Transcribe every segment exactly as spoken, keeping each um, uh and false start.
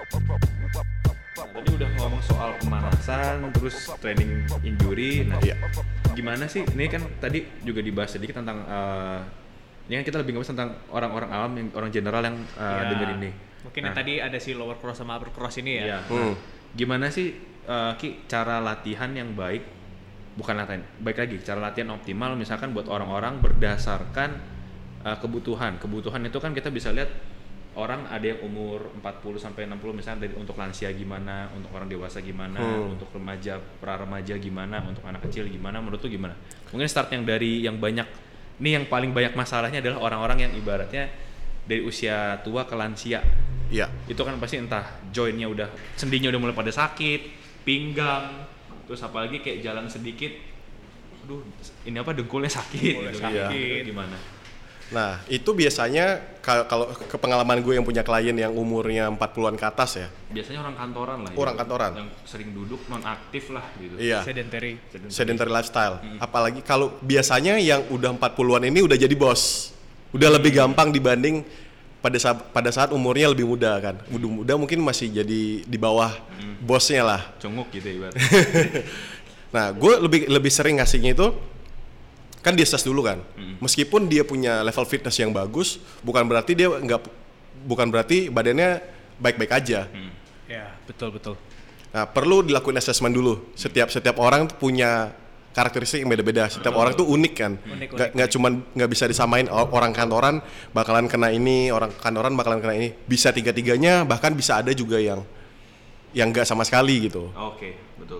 Nah, tadi udah ngomong soal pemanasan, terus training injury. Nah, Iya. gimana sih? Ini kan tadi juga dibahas sedikit tentang, uh, ini kan kita lebih ngebahas tentang orang-orang awam, yang orang general yang uh, Ya, denger ini. mungkin Nah, yang tadi ada si lower cross sama upper cross ini ya. iya. Hmm. Nah, gimana sih uh, Ki cara latihan yang baik? Bukan latihan, baik lagi cara latihan optimal misalkan buat orang-orang berdasarkan uh, kebutuhan. Kebutuhan itu kan kita bisa lihat orang ada yang umur empat puluh sampai enam puluh misalnya, dari untuk lansia gimana, untuk orang dewasa gimana, Hmm. untuk remaja, pra remaja gimana, untuk anak kecil gimana, menurut lu gimana? Mungkin start yang dari yang banyak, ini yang paling banyak masalahnya adalah orang-orang yang ibaratnya dari usia tua ke lansia. Iya. Itu kan pasti entah jointnya udah, sendinya udah mulai pada sakit, pinggang, terus apalagi kayak jalan sedikit, aduh ini apa dengkulnya sakit, Dengkulnya gitu. sakit. Itu gimana? Nah, itu biasanya ka- kalau ke pengalaman gue yang punya klien yang umurnya empat puluhan ke atas ya. Biasanya orang kantoran lah. Orang ya, kantoran. yang sering duduk, non aktif lah gitu. Iya. Sedentary. Sedentary lifestyle. Apalagi kalau biasanya yang udah empat puluhan ini udah jadi bos. Udah lebih gampang dibanding pada saat pada saat umurnya lebih muda kan. Muda muda mungkin masih jadi di bawah bosnya lah. Congok gitu ya ibarat. Nah, gue lebih lebih sering ngasihnya itu kan dia assess dulu kan. Meskipun dia punya level fitness yang bagus, bukan berarti dia nggak bukan berarti badannya baik-baik aja. Ya, betul betul. Nah, perlu dilakuin assessment dulu. Setiap setiap orang tuh punya karakteristik yang beda-beda. Setiap orang tuh unik kan. Unik, Nggak unik, nggak cuman nggak bisa disamain o- orang kantoran bakalan kena ini, orang kantoran bakalan kena ini. Bisa tiga-tiganya, bahkan bisa ada juga yang yang nggak sama sekali gitu. Oke, betul.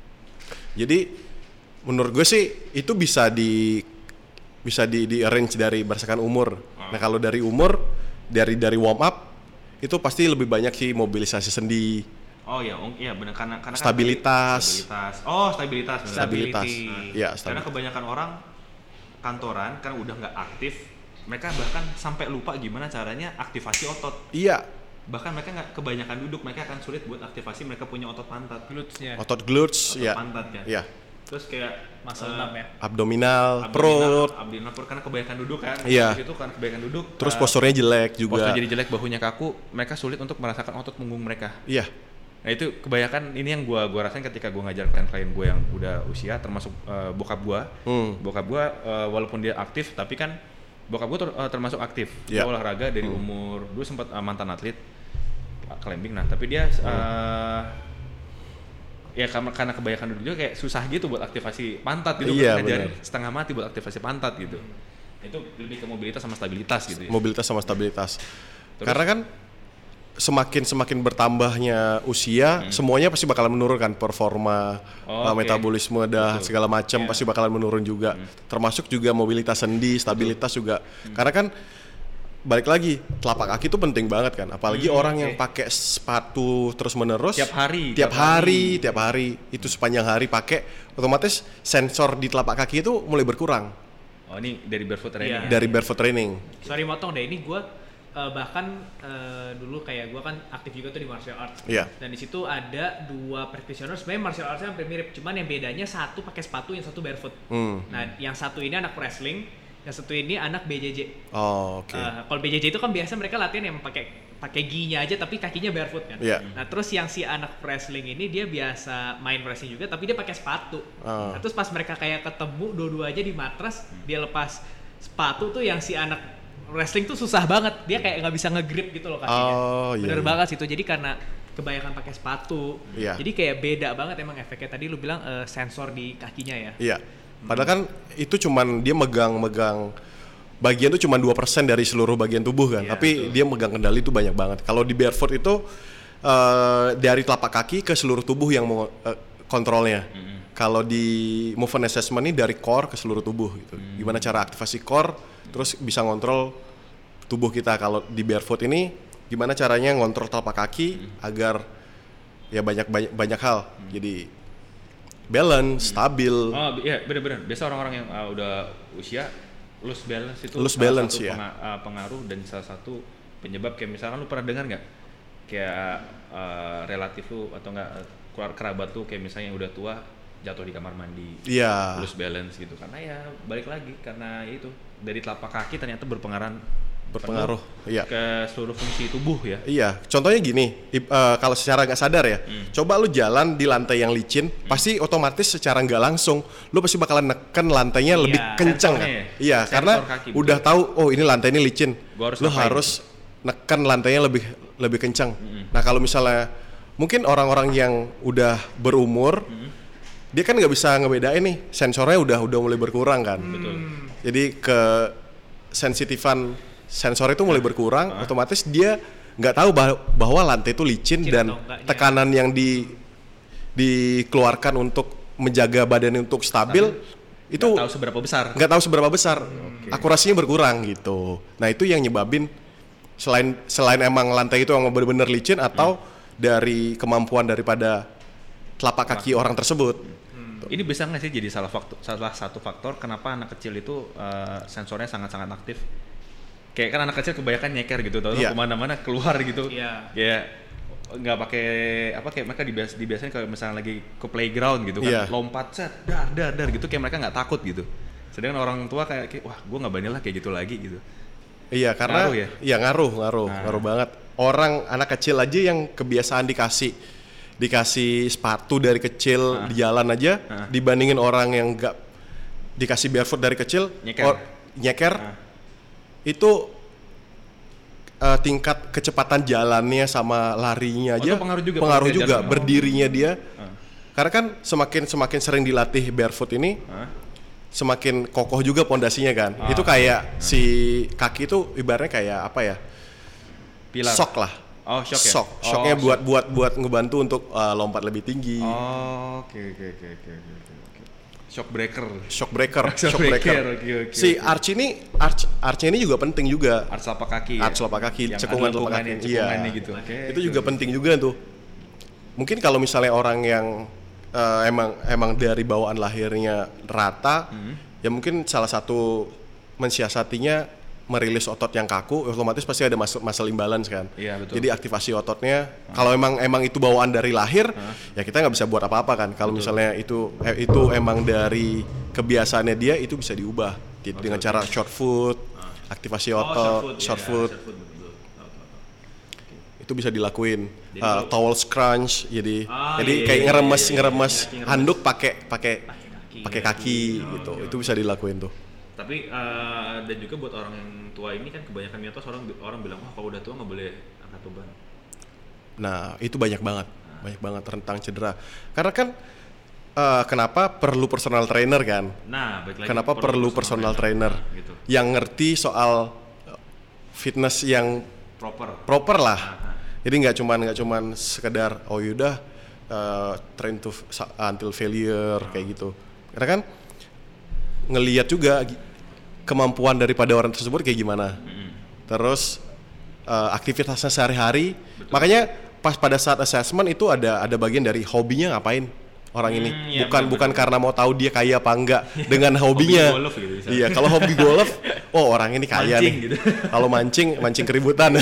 Jadi menurut gue sih itu bisa di bisa di, di arrange dari berdasarkan umur. Nah, kalau dari umur dari dari warm up itu pasti lebih banyak sih mobilisasi sendi, Oh iya, oh, iya benar karena karena kan Stabilitas. stabilitas. Oh, stabilitas. benar. stabilitas. Stability. Iya, Karena stabilitas. kebanyakan orang kantoran kan udah nggak aktif, mereka bahkan sampai lupa gimana caranya aktivasi otot. Iya, Bahkan mereka nggak kebanyakan duduk, mereka akan sulit buat aktivasi, mereka punya otot pantat. Glutes-nya. otot glutes, Otot ya. pantat ya. Iya. Terus kayak Muscle eh, lamp ya. Abdominal, abdominal, perut, abdominal perut karena kebanyakan duduk kan. Iya. Terus itu karena kebanyakan duduk. terus eh, posturnya jelek juga. postur jadi jelek, bahunya kaku, mereka sulit untuk merasakan otot punggung mereka. Iya. Nah itu kebanyakan ini yang gua gua rasain ketika gua ngajar klien-klien gua yang udah usia, termasuk eh, bokap gua. Hmm. Bokap gua eh, walaupun dia aktif, tapi kan bokap gua ter- eh, termasuk aktif. Dia Iya. olahraga dari umur dulu sempat eh, mantan atlet eh, climbing. Nah tapi dia eh, ya karena, karena kebanyakan duduk juga kayak susah gitu buat aktivasi pantat gitu. Iya, Kan ngajarin benar. setengah mati buat aktivasi pantat gitu. Itu lebih ke mobilitas sama stabilitas gitu ya. Mobilitas sama stabilitas. Terus? Karena kan semakin semakin bertambahnya usia, semuanya pasti bakalan menurun kan, performa, Oh, uh, oke. metabolisme dah Betul. segala macam Iya. pasti bakalan menurun juga. Termasuk juga mobilitas sendi, stabilitas juga. Karena kan balik lagi telapak kaki itu penting banget kan, apalagi Hmm, orang oke. yang pakai sepatu terus menerus Tiap hari, tiap tiap hari, tiap hari itu sepanjang hari pakai, otomatis sensor di telapak kaki itu mulai berkurang Oh ini dari barefoot training Iya. ya? dari barefoot training. Sorry motong deh, ini gue bahkan eh, dulu kayak gue kan aktif juga tuh di martial arts. Iya. Dan di situ ada dua practitioner, sebenarnya martial artsnya hampir mirip, cuman yang bedanya satu pakai sepatu, yang satu barefoot. Hmm. Nah, yang satu ini anak wrestling, yang satu ini anak B J J. Oh, oke. Eh, kalau B J J itu kan biasa mereka latihan yang pakai pakai ginya aja tapi kakinya barefoot kan. Iya. Nah, terus yang si anak wrestling ini dia biasa main wrestling juga tapi dia pakai sepatu. Ah. Nah, terus pas mereka kayak ketemu dua-duanya di matras, dia lepas sepatu tuh yang si anak wrestling tuh susah banget. Dia kayak nggak bisa nge-grip gitu loh kakinya. Oh, iya, Bener iya. banget sih itu. Jadi karena kebanyakan pakai sepatu. Iya. Jadi kayak beda banget emang efeknya. Tadi lu bilang eh, sensor di kakinya ya. Iya. Padahal kan itu cuman dia megang-megang bagian itu cuma dua persen dari seluruh bagian tubuh kan. Iya, Tapi dia megang kendali itu banyak banget. Kalau di barefoot itu eh, dari telapak kaki ke seluruh tubuh yang mau eh, kontrolnya. Kalau di movement assessment ini dari core ke seluruh tubuh gitu. Gimana cara aktivasi core terus bisa ngontrol tubuh kita. Kalau di barefoot ini gimana caranya ngontrol telapak kaki agar ya banyak banyak banyak hal. Jadi balance, stabil. Oh iya benar-benar. Biasa orang-orang yang uh, udah usia loose balance itu Loose salah balance, satu ya. penga- uh, pengaruh dan salah satu penyebab. Kayak misalkan lu pernah dengar nggak kayak uh, relatif lu atau nggak uh, keluar kerabat tuh kayak misalnya yang udah tua jatuh di kamar mandi, Iya. loose balance gitu karena ya balik lagi karena itu dari telapak kaki ternyata berpengaruh berpengaruh. Iya. Ke seluruh fungsi tubuh ya. Iya, contohnya gini, i- eh, kalau secara nggak sadar ya, Hmm. coba lu jalan di lantai yang licin, pasti otomatis secara nggak langsung, lu pasti bakalan neken lantainya Iya, lebih kencang kan? sensornya ya? Iya, Sensor karena kaki, betul. udah tahu, oh ini lantai ini licin, Gua harus lu ngapain? harus neken lantainya lebih lebih kencang. Nah kalau misalnya mungkin orang-orang yang udah berumur, dia kan nggak bisa ngebedain nih, sensornya udah udah mulai berkurang kan. Betul. Jadi ke sensitifan sensor itu mulai berkurang, otomatis dia nggak tahu bah- bahwa lantai itu licin Licin dan atau enggaknya. tekanan yang di dikeluarkan untuk menjaga badan untuk stabil, itu Nggak tahu seberapa besar. nggak tahu seberapa besar, akurasinya berkurang gitu. Nah itu yang nyebabin selain selain emang lantai itu yang benar-benar licin atau dari kemampuan daripada telapak kaki orang tersebut. Ini bisa nggak sih jadi salah faktor, salah satu faktor kenapa anak kecil itu uh, sensornya sangat-sangat aktif? Kayak kan anak kecil kebanyakan nyeker gitu, tau Iya. kemana-mana keluar gitu. Iya. Kayak nggak pakai apa kayak mereka dibias dibiasain kalau misalnya lagi ke playground gitu kan, Iya. lompat set dar dar dar gitu, kayak mereka nggak takut gitu. Sedangkan orang tua kayak, kayak wah gue nggak berani lah kayak gitu lagi gitu. Iya karena Ngaruh ya? iya ngaruh ngaruh Nah. ngaruh banget. Orang anak kecil aja yang kebiasaan dikasih dikasih sepatu dari kecil Nah. di jalan aja Nah. dibandingin orang yang nggak dikasih barefoot dari kecil Nyeker. or- nyeker Nah. itu eh, tingkat kecepatan jalannya sama larinya Oh, aja itu pengaruh juga, pengaruh pengaruh juga jalan. berdirinya dia. Ah. Karena kan semakin semakin sering dilatih barefoot ini Hah? semakin kokoh juga pondasinya kan. Ah. Itu kayak si kaki itu ibaratnya kayak apa ya? Pilar. Shock lah. Oh, shock ya? Shock. Oh, Shocknya shock. buat buat buat ngebantu untuk uh, lompat lebih tinggi. Oh, oke oke oke oke oke oke. Shock breaker. Shock breaker. Shock breaker, oke, oke, si oke. arch ini arch arch ini juga penting juga. Arts telapak kaki. Arch telapak kaki, Yang cekungan ada telapak lengkungannya, kaki. cekungannya Iya. gitu. Oke. Itu juga penting juga tuh. Mungkin kalau misalnya orang yang uh, emang emang dari bawaan lahirnya rata, Hmm. ya mungkin salah satu mensiasatinya merilis otot yang kaku, otomatis pasti ada muscle, muscle imbalance kan. Iya, betul. Jadi aktivasi ototnya, kalau emang emang itu bawaan dari lahir, ya kita nggak bisa buat apa-apa kan. Kalau misalnya itu eh, itu emang dari kebiasaannya dia, itu bisa diubah Di- dengan cara short foot, aktivasi otot, short foot, itu bisa dilakuin. Jadi Uh, kalau- towel scrunch, jadi Ah, jadi iya, kayak iya, ngeremes iya, iya, ngeremes iya, iya, handuk pakai pakai kaki. pakai kaki gitu. Itu bisa dilakuin tuh. Tapi eh, dan juga buat orang yang tua ini kan kebanyakan mitos orang orang bilang wah kalau udah tua nggak boleh angkat beban. Nah, itu banyak banget, banyak banget tentang cedera. Karena kan uh, kenapa perlu personal trainer kan? Nah, baik lagi. Kenapa perlu personal trainer Nah, gitu. yang ngerti soal uh, fitness yang Proper. proper lah. Nah, Jadi nggak cuman nggak cuman sekedar oh yaudah uh, train to f- sa- until failure kayak gitu. Karena kan ngelihat juga gi- kemampuan daripada orang tersebut kayak gimana. mm-mm. Terus uh, aktivitasnya sehari-hari. Makanya pas pada saat assessment itu ada ada bagian dari hobinya ngapain orang ini. Hmm, iya, bukan benar, bukan benar. karena mau tahu dia kaya apa enggak dengan hobinya. golf gitu misalnya. Iya, kalau hobi golf, oh orang ini kaya Mancing nih. gitu. Kalau mancing, mancing keributan.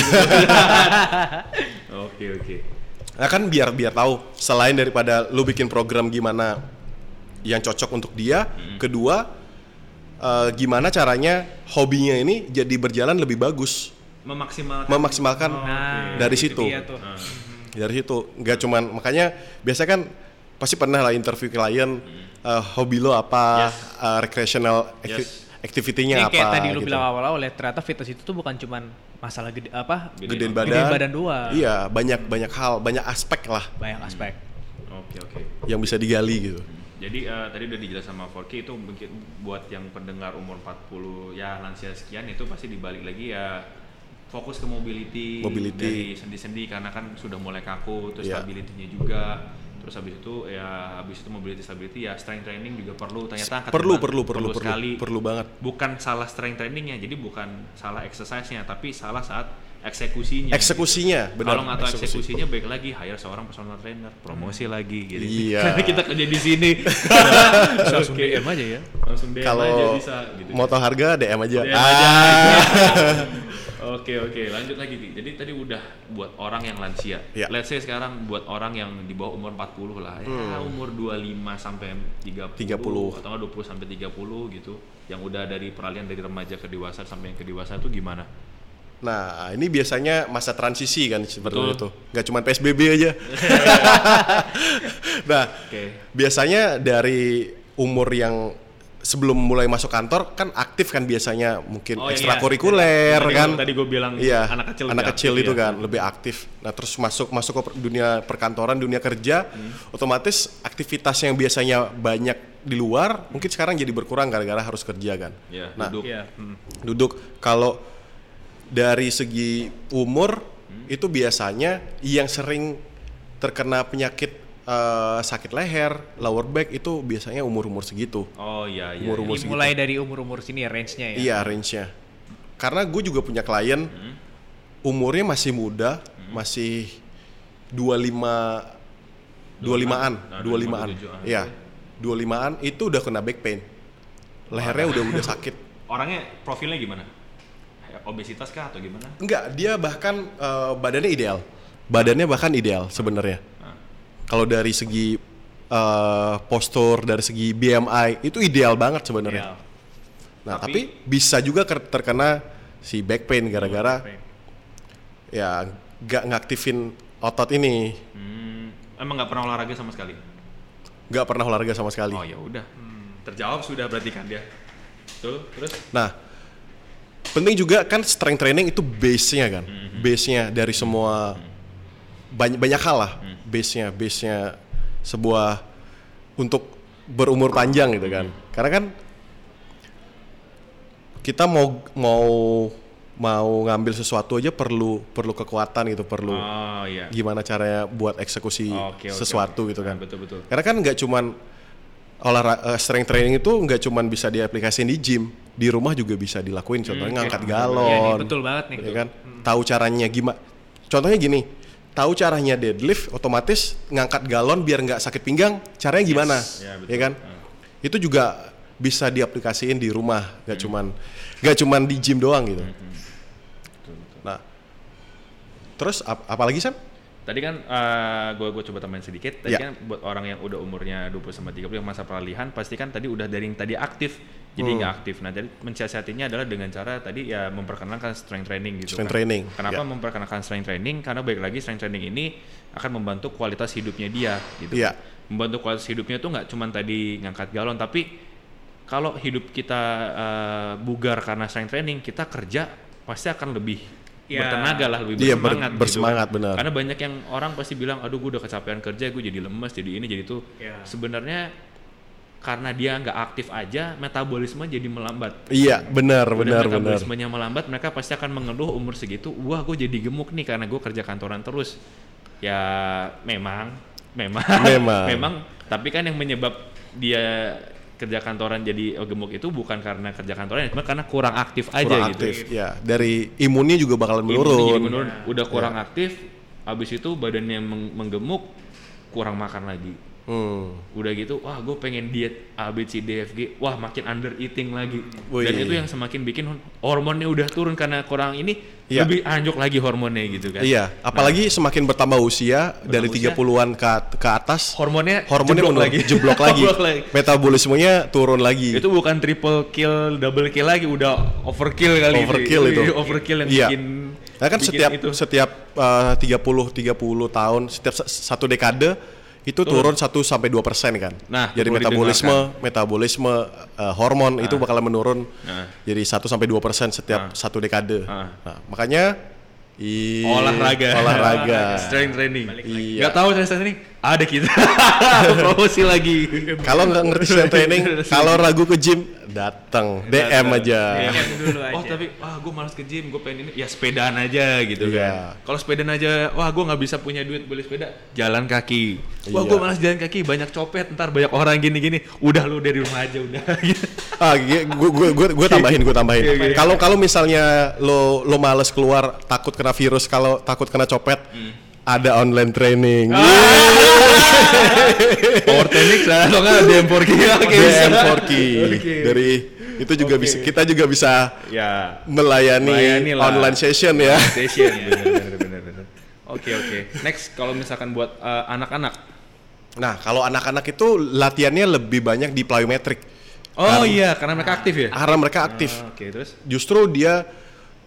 Oke oke. Nah kan biar biar tahu selain daripada lu bikin program gimana yang cocok untuk dia, kedua eh, gimana caranya hobinya ini jadi berjalan lebih bagus. Memaksimalkan. Memaksimalkan Nah, dari itu situ. dia tuh. Nah, Dari situ nggak cuman makanya biasa kan pasti pernah lah interview klien eh, hobi lo apa, Yes. eh, recreational acti- Yes. activity-nya Ini apa kayak tadi lu gitu. bilang awal-awal ya, ternyata fitness itu tuh bukan cuman masalah gede apa Gedein Gedein badan. gedein badan doang. Iya, banyak banyak hal, banyak aspek lah Banyak aspek. Oke oke. yang bisa digali gitu. Jadi eh, tadi udah dijelasin sama Forky itu mungkin buat yang pendengar umur empat puluh ya lansia sekian itu pasti dibalik lagi ya fokus ke mobility, Mobility. dari sendi-sendi karena kan sudah mulai kaku, terus Iya. stability-nya juga. Terus habis itu ya habis itu mobility stability ya strength training juga perlu ternyata angkat Perlu beban perlu perlu perlu sekali. perlu banget. Bukan salah strength trainingnya, jadi bukan salah exercise-nya, tapi salah saat eksekusinya. Eksekusinya, gitu. benar. Kalau nggak tahu eksekusi. eksekusinya baik lagi hire seorang personal trainer, promosi lagi gitu. Iya. Kita kerja di sini. Langsung Oke. D M aja ya. Langsung D M aja Kalau bisa gitu. mau tahu harga D M aja. D M Ah. aja. Oke oke, lanjut lagi Ki. Jadi tadi udah buat orang yang lansia. Iya. Let's say sekarang buat orang yang di bawah umur empat puluh lah, ya umur dua puluh lima sampai tiga puluh, tiga puluh. atau nggak dua puluh sampai tiga puluh gitu. Yang udah dari peralihan dari remaja ke dewasa sampai yang ke dewasa itu gimana? Nah, ini biasanya masa transisi kan seperti Betul. itu. Nggak cuma P S B B aja. Nah, Oke. biasanya dari umur yang sebelum mulai masuk kantor kan aktif kan biasanya mungkin Oh, iya. ekstrakurikuler Tadi kan. gua- tadi gua bilang iya, anak kecil anak lebih kecil aktif, itu ya. kan lebih aktif. Nah, terus masuk masuk ke per- dunia perkantoran, dunia kerja, Hmm. otomatis aktivitas yang biasanya banyak di luar mungkin sekarang jadi berkurang gara-gara harus kerja kan. Ya, Nah, duduk. Iya. Hmm. duduk. Kalau dari segi umur itu biasanya yang sering terkena penyakit eh, sakit leher, lower back itu biasanya umur-umur segitu. Oh iya iya. Umur-umur iya. segitu. Dimulai dari umur-umur sini ya range-nya ya. Iya, range-nya. Karena gue juga punya klien umurnya masih muda, masih dua puluh lima dua puluh limaan, Nah, dua puluh limaan. dua puluh tujuh, ah. Iya. dua puluh limaan itu udah kena back pain. Lehernya udah udah sakit. Orangnya profilnya gimana? Obesitas kah atau gimana? Enggak, dia bahkan eh, badannya ideal. Badannya bahkan ideal sebenarnya. Nah. Kalau dari segi eh, postur, dari segi B M I itu ideal banget sebenarnya. Iya. Nah, Tapi- tapi, bisa juga ker- terkena si back pain gara-gara ya nggak ngaktifin otot ini, Hmm, emang nggak pernah olahraga sama sekali. nggak pernah olahraga sama sekali. Oh ya udah. Terjawab sudah berarti kan dia. Tuh, terus Nah, penting juga kan strength training itu base-nya kan, base-nya dari semua banyak banyak hal lah, base-nya, base-nya sebuah untuk berumur panjang gitu kan. Karena kan kita mau mau mau ngambil sesuatu aja perlu perlu kekuatan gitu, perlu oh iya. gimana caranya buat eksekusi Oke, oke, sesuatu oke. gitu kan. Nah, betul, betul. Karena kan nggak cuman olahraga strength training itu nggak cuman bisa diaplikasiin di gym, di rumah juga bisa dilakuin. Contohnya ngangkat Iya galon, nih, betul banget nih. ya kan? Tahu caranya gimana? Contohnya gini, tahu caranya deadlift, otomatis ngangkat galon biar nggak sakit pinggang. Caranya gimana? Ya, betul. Ya kan? Hmm. Itu juga bisa diaplikasiin di rumah, nggak cuman nggak cuman di gym doang gitu. Betul, betul. Nah, terus ap- apalagi Sam? Tadi kan uh, gue gue coba tambahin sedikit. Tadi Ya. kan buat orang yang udah umurnya dua puluh sampai tiga puluh yang masa peralihan pasti kan tadi udah dari yang tadi aktif jadi Hmm. nggak aktif. Nah, jadi mensiasatinya adalah dengan cara tadi ya memperkenalkan strength training gitu Strength kan. training, Kenapa ya. memperkenalkan strength training? Karena baik lagi strength training ini akan membantu kualitas hidupnya dia gitu. Ya. Membantu kualitas hidupnya tuh nggak cuma tadi ngangkat galon, tapi kalau hidup kita uh, bugar karena strength training, kita kerja pasti akan lebih Ya. bertenaga lah, lebih Iya, ber- bersemangat gitu bersemangat, kan. benar. Karena banyak yang orang pasti bilang, aduh gue udah kecapean kerja, gue jadi lemes, jadi ini, jadi itu. Ya. Sebenarnya karena dia nggak aktif aja, metabolisme jadi melambat. Iya, benar, Udah benar, benar. metabolismenya melambat, mereka pasti akan mengeluh umur segitu, wah gue jadi gemuk nih karena gue kerja kantoran terus. Ya memang, memang, Memang. memang. Tapi kan yang menyebab dia kerja kantoran jadi oh, gemuk itu bukan karena kerja kantoran, cuma karena kurang aktif aja Kurang gitu. aktif, ya. Dari imunnya juga bakalan Imunnya menurun. jadi menurun, udah kurang aktif, habis itu badannya meng- menggemuk, kurang makan lagi. Hmm. Udah gitu, wah gue pengen diet A B C D F G, wah makin under eating lagi. Wih. Dan itu yang semakin bikin hormonnya udah turun karena kurang ini, Iya. lebih anjlok lagi hormonnya gitu kan. Iya, apalagi semakin bertambah usia dari usia, tiga puluhan ke, at- ke atas, hormonnya hormonnya jeblok menurun, lagi. jeblok lagi. Jeblok lagi. Metabolismenya turun lagi. Itu bukan triple kill, double kill lagi, udah overkill kali Overkill itu. Overkill yang Iya. bikin Nah kan bikin setiap itu. setiap uh, tiga puluh tiga puluh tahun, setiap sa- satu dekade itu turun satu sampai dua persen kan. Nah, jadi perlu metabolisme, metabolisme uh, hormon itu bakal menurun. Nah. Jadi satu sampai dua persen setiap Nah. satu dekade. Nah. Nah, makanya i- olahraga olahraga. strength training. Iya. Nggak tahu strength training ada kita promosi lagi. Kalau nggak ngerti strength training, kalau ragu ke gym, datang D M aja. D M dulu aja. Oh tapi wah gue malas ke gym, gue pengen ini ya sepedaan aja gitu Iya. kan. Kalau sepedaan aja, wah gue nggak bisa punya duit beli sepeda, jalan kaki. Wah Iya. gue malas jalan kaki, banyak copet, ntar banyak orang gini-gini. Udah lu dari rumah aja udah. Gitu. Ah, gue gue gue gue tambahin, gue tambahin. Iya, iya. Kalau kalau misalnya lo lo males keluar, takut kena virus, kalau takut kena copet, ada online training. Power Technics lah, atau nggak D M empat K. Oke, D bisa. M empat K Oke. dari itu juga Oke. bisa, kita juga bisa Ya. melayani, Melayani lah. online session ya. Session, bener, bener, bener, bener. Oke oke. Next kalau misalkan buat uh, anak-anak. Nah, kalau anak-anak itu latihannya lebih banyak di plyometric. Oh Karena- iya, karena mereka aktif ya. Karena mereka aktif. Ah, Oke terus. Justru dia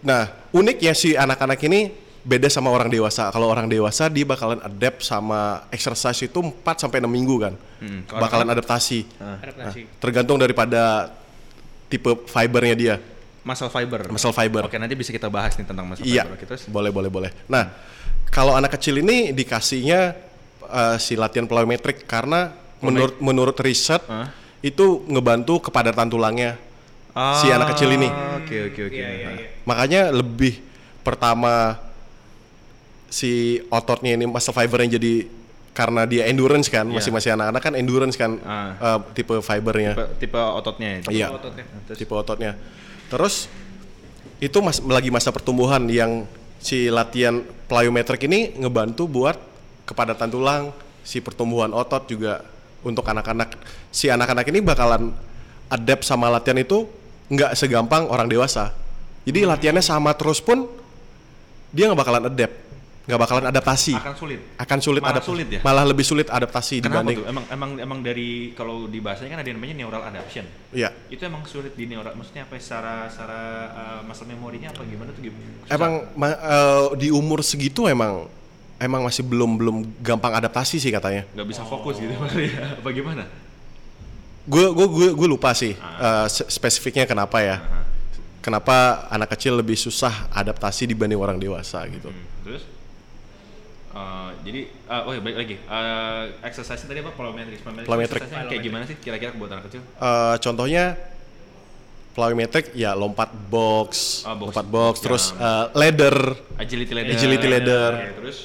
Nah, uniknya si anak-anak ini beda sama orang dewasa. Kalau orang dewasa dia bakalan adapt sama exercise itu empat sampai enam minggu kan. Hmm, bakalan adaptasi. Ah. Adaptasi. Nah, tergantung daripada tipe fibernya dia. Muscle fiber. Muscle fiber. Oke, nanti bisa kita bahas nih tentang muscle Iya. fiber. Oke, terus? Boleh, boleh, boleh. Nah, kalau anak kecil ini dikasihnya uh, si latihan plyometric karena menurut menurut riset Hah? itu ngebantu kepadatan tulangnya si anak kecil ini. Oke, oke, oke. Iya, iya, Nah. iya. Makanya lebih pertama si ototnya ini muscle fibernya jadi karena dia endurance kan, Iya. masih masih anak-anak kan endurance kan Ah. uh, tipe fibernya. Tipe, tipe ototnya itu. Iya. Ototnya. Terus? Tipe ototnya. Terus itu mas, lagi masa pertumbuhan yang si latihan plyometric ini ngebantu buat kepadatan tulang, si pertumbuhan otot juga untuk anak-anak. Si anak-anak ini bakalan adapt sama latihan itu nggak segampang orang dewasa. Jadi latihannya sama terus pun dia nggak bakalan adapt, nggak bakalan adaptasi. Akan sulit. Akan sulit Malah adaptasi. sulit ya? Malah lebih sulit adaptasi Kenapa dibanding. tuh? Emang emang emang dari kalau di bahasanya kan ada yang namanya neural adaptation. Iya. Itu emang sulit di neural. Maksudnya apa? ya? Secara secara uh, muscle memorinya apa gimana tuh? Susah? Emang ma- eh, di umur segitu emang emang masih belum belum gampang adaptasi sih katanya. nggak bisa fokus gitu ya? Apa gimana? Gue gue gue gue lupa sih eh, se- spesifiknya kenapa ya. Aha. Kenapa anak kecil lebih susah adaptasi dibanding orang dewasa gitu. Hmm, terus? Uh, jadi, uh, oh ya balik lagi. Uh, exercise tadi apa? Plyometric. Plyometric. Exercise-nya kayak gimana sih kira-kira buat anak kecil? Eh, contohnya plyometric ya lompat box, Ah, box. lompat box, Ya. terus eh, ladder, Agility ladder. Agility ladder. Oke, terus?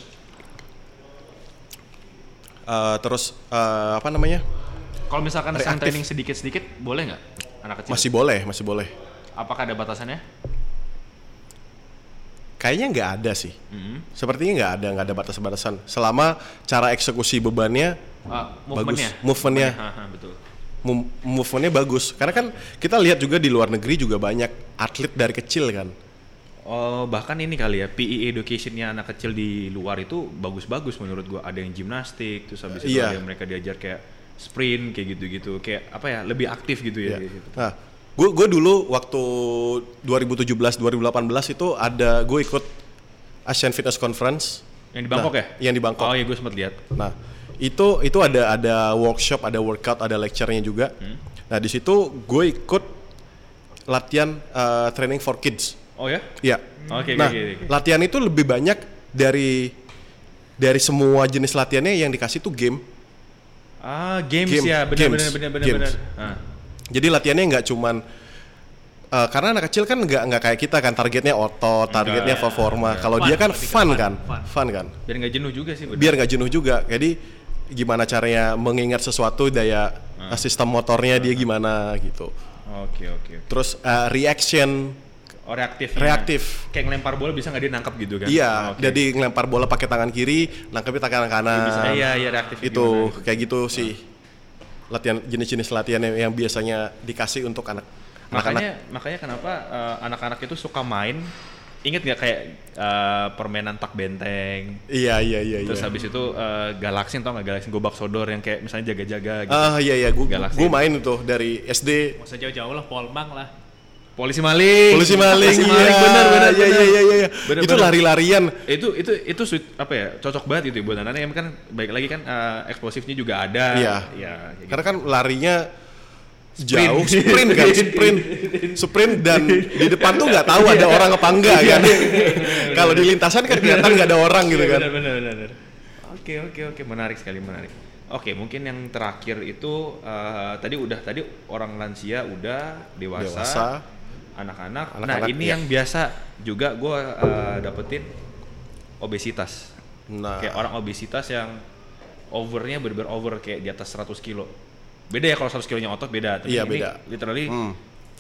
eh, terus eh, apa namanya? Kalau misalkan strength Reaktif. training sedikit-sedikit, boleh nggak anak kecil? Masih boleh, masih boleh. Apakah ada batasannya? Kayaknya nggak ada sih. Hmm. Sepertinya nggak ada, nggak ada batas-batasan. Selama cara eksekusi bebannya Ah, bagus, movementnya? movementnya, Haha, betul. move- movementnya bagus. Karena kan kita lihat juga di luar negeri juga banyak atlet dari kecil kan. Oh, bahkan ini kali ya, P E educationnya anak kecil di luar itu bagus-bagus menurut gua. Ada yang gimnastik, terus habis itu Iya. ada yang mereka diajar kayak sprint kayak gitu-gitu, kayak apa ya, lebih aktif gitu ya. Iya. kayak gitu. Nah, gue gue dulu waktu dua ribu tujuh belas dua ribu delapan belas itu ada gue ikut Asian Fitness Conference. Yang di Bangkok Nah, ya? Yang di Bangkok. Oh iya, gue sempat lihat. Nah, itu itu ada ada workshop, ada workout, ada lecture-nya juga. Hmm. Nah, di situ gue ikut latihan uh, training for kids. Oh ya? Iya. Oke, Nah, oke, oke, oke. latihan itu lebih banyak dari dari semua jenis latihannya yang dikasih tuh game. Ah, games Game, ya, benar games, benar benar benar games. benar. Ah. Jadi latihannya nggak cuman uh, karena anak kecil kan nggak nggak kayak kita kan targetnya otot, targetnya Enggak, performa. enggak. Kalau Fun, dia kan lebih ke fun fun, kan, fun. fun kan. Biar nggak jenuh juga sih. benar. Biar nggak jenuh juga. Jadi gimana caranya mengingat sesuatu, daya Ah. sistem motornya dia gimana gitu. Oke, oke, oke. Terus uh, reaction, Oh, reaktif. reaktif. Kayak ngelempar bola bisa nggak dia nangkap gitu kan? Iya, Oh, oke. jadi ngelempar bola pakai tangan kiri, nangkepnya tangan kanan. Bisa, iya, iya, reaktif Itu gimana gitu. kayak gitu sih. Latihan jenis-jenis latihan yang, yang biasanya dikasih untuk anak anak-anak. Makanya makanya kenapa eh, anak-anak itu suka main. Ingat nggak kayak eh, permainan tak benteng. Iya, iya, iya, Terus iya. habis itu uh, galaksin, tau nggak galaksin gobak sodor yang kayak misalnya jaga-jaga gitu. Ah, iya, iya, gua, Galaksin. gua main itu dari S D. Nggak usah jauh-jauh lah, Polmang lah. Polisi maling. Polisi maling, Polisi iya. maling, benar benar. Iya, iya, iya, iya. Benar, Itu benar. lari-larian. Itu itu itu sweet, apa ya? Cocok banget itu ya buat anak-anak yang kan baik lagi kan eh, eksplosifnya juga ada. Iya. Ya, kayak Karena gitu. kan larinya Sprint. jauh, sprint kan, sprint, sprint dan di depan tuh nggak tahu ada orang apa enggak kan. Kalau di lintasan kan kelihatan nggak ada orang gitu kan. Benar benar benar. benar. Oke oke oke, menarik sekali, menarik. Oke, mungkin yang terakhir itu eh, tadi udah tadi orang lansia udah dewasa, Dewasa. anak-anak. Nah Anak-anak, ini iya. yang biasa juga gue eh, dapetin obesitas. Nah, Kayak orang obesitas yang overnya bener-bener over kayak di atas seratus kilo. Beda ya kalau seratus kilonya otot beda. Tapi Iya, ini beda. literally hmm,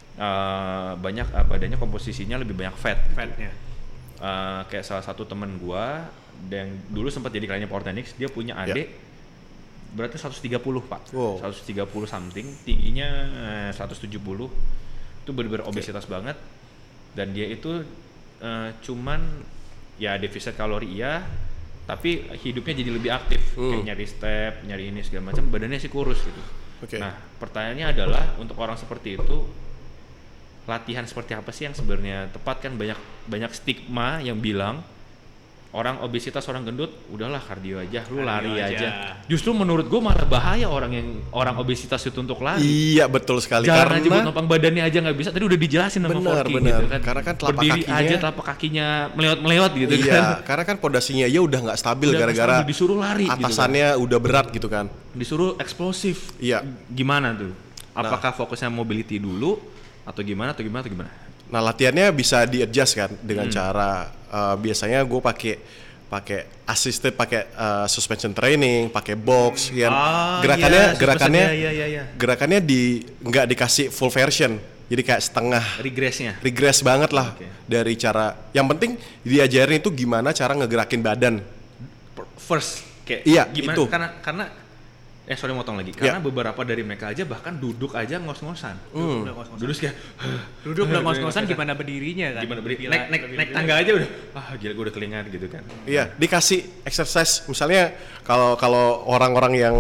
eh, banyak uh, badannya komposisinya lebih banyak fat. Fatnya. Uh, kayak salah satu temen gua yang dulu sempat jadi kliennya Powertenix, dia punya Ya. adik berarti seratus tiga puluh pak, Wow. seratus tiga puluh something, tingginya eh, seratus tujuh puluh, itu bener-bener obesitas banget, dan dia itu eh, cuman ya defisit kalori iya, tapi hidupnya jadi lebih aktif, Hmm. kayak nyari step, nyari ini segala macam, badannya sih kurus gitu. Oke. Nah pertanyaannya adalah untuk orang seperti itu latihan seperti apa sih yang sebenarnya tepat. Kan banyak banyak stigma yang bilang orang obesitas, orang gendut, udahlah kardio aja, lu Kardio lari aja. aja. Justru menurut gue malah bahaya orang yang orang obesitas itu untuk lari. Iya betul sekali. Jalan karena aja buat nopang badannya aja nggak bisa. Tadi udah dijelasin sama Benar, Forky benar. gitu kan. Karena kan telapak berdiri kakinya- aja telapak kakinya melewat-melewat gitu iya, kan. karena kan pondasinya ya udah nggak stabil Udah nggak gara-gara stabil, disuruh lari gitu kan. atasannya udah berat gitu kan. Disuruh eksplosif. Iya. Gimana tuh? Apakah fokusnya mobility dulu atau gimana atau gimana atau gimana? Nah latihannya bisa di adjust kan dengan Hmm. cara uh, biasanya gue pakai pakai assisted, pakai uh, suspension training, pakai box, ya. Ah, gerakannya iya, gerakannya suspension, iya, iya, iya. gerakannya di nggak dikasih full version, jadi kayak setengah Regressnya. regress banget lah Oke. dari cara. Yang penting diajarin itu gimana cara ngegerakin badan. First kayak Iya, gimana itu. karena karena eh sorry motong lagi. Karena beberapa dari mereka aja bahkan duduk aja ngos-ngosan. Hmm. Udah ngos-ngosan. Duduk kayak Duduk udah ngos-ngosan gimana berdirinya kan? gimana beri Gila, naik naik lebih naik gila. tangga aja udah ah gila gue udah kelingan gitu kan. Iya, dikasih exercise misalnya kalau kalau orang-orang yang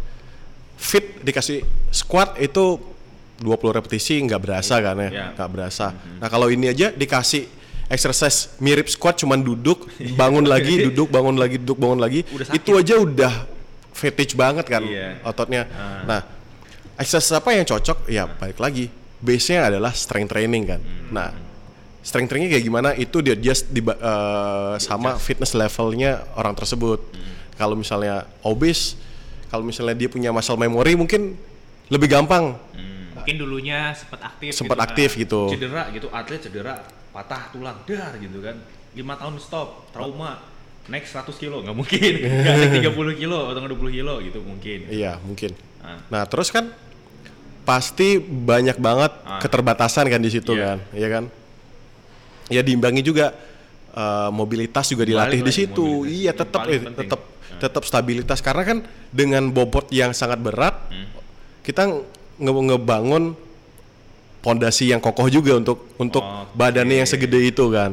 fit dikasih squat itu dua puluh repetisi nggak berasa kan ya, Iya. nggak berasa. Nah kalau ini aja dikasih exercise mirip squat cuman duduk, bangun lagi, duduk, bangun lagi, duduk, bangun lagi, Udah sakit. itu aja udah fetish banget kan Iya. ototnya. Ah. Nah exercise apa yang cocok? Ya balik lagi, base-nya adalah strength training kan. Hmm. Nah strength training kayak gimana itu dia just di, eh, sama fitness levelnya orang tersebut. Hmm. Kalau misalnya obese, kalau misalnya dia punya muscle memory mungkin lebih gampang, Mungkin dulunya sempat aktif. sempat gitu aktif kan. gitu. Cedera gitu, atlet cedera, patah tulang, dar gitu kan. lima tahun stop, trauma, naik seratus kilo nggak mungkin. Nggak naik tiga puluh kilo atau dua puluh kilo gitu mungkin. Iya mungkin. Ah. Nah terus kan pasti banyak banget Ah. keterbatasan kan di situ Iya. kan, iya kan? Ya diimbangi juga eh, mobilitas juga dilatih Balik di lagi situ. mobilitas. Iya Yang tetap paling eh, penting. tetap Ah. tetap stabilitas karena kan dengan bobot yang sangat berat Hmm. kita nge- ngebangun pondasi yang kokoh juga untuk untuk Oke. badannya yang segede itu kan.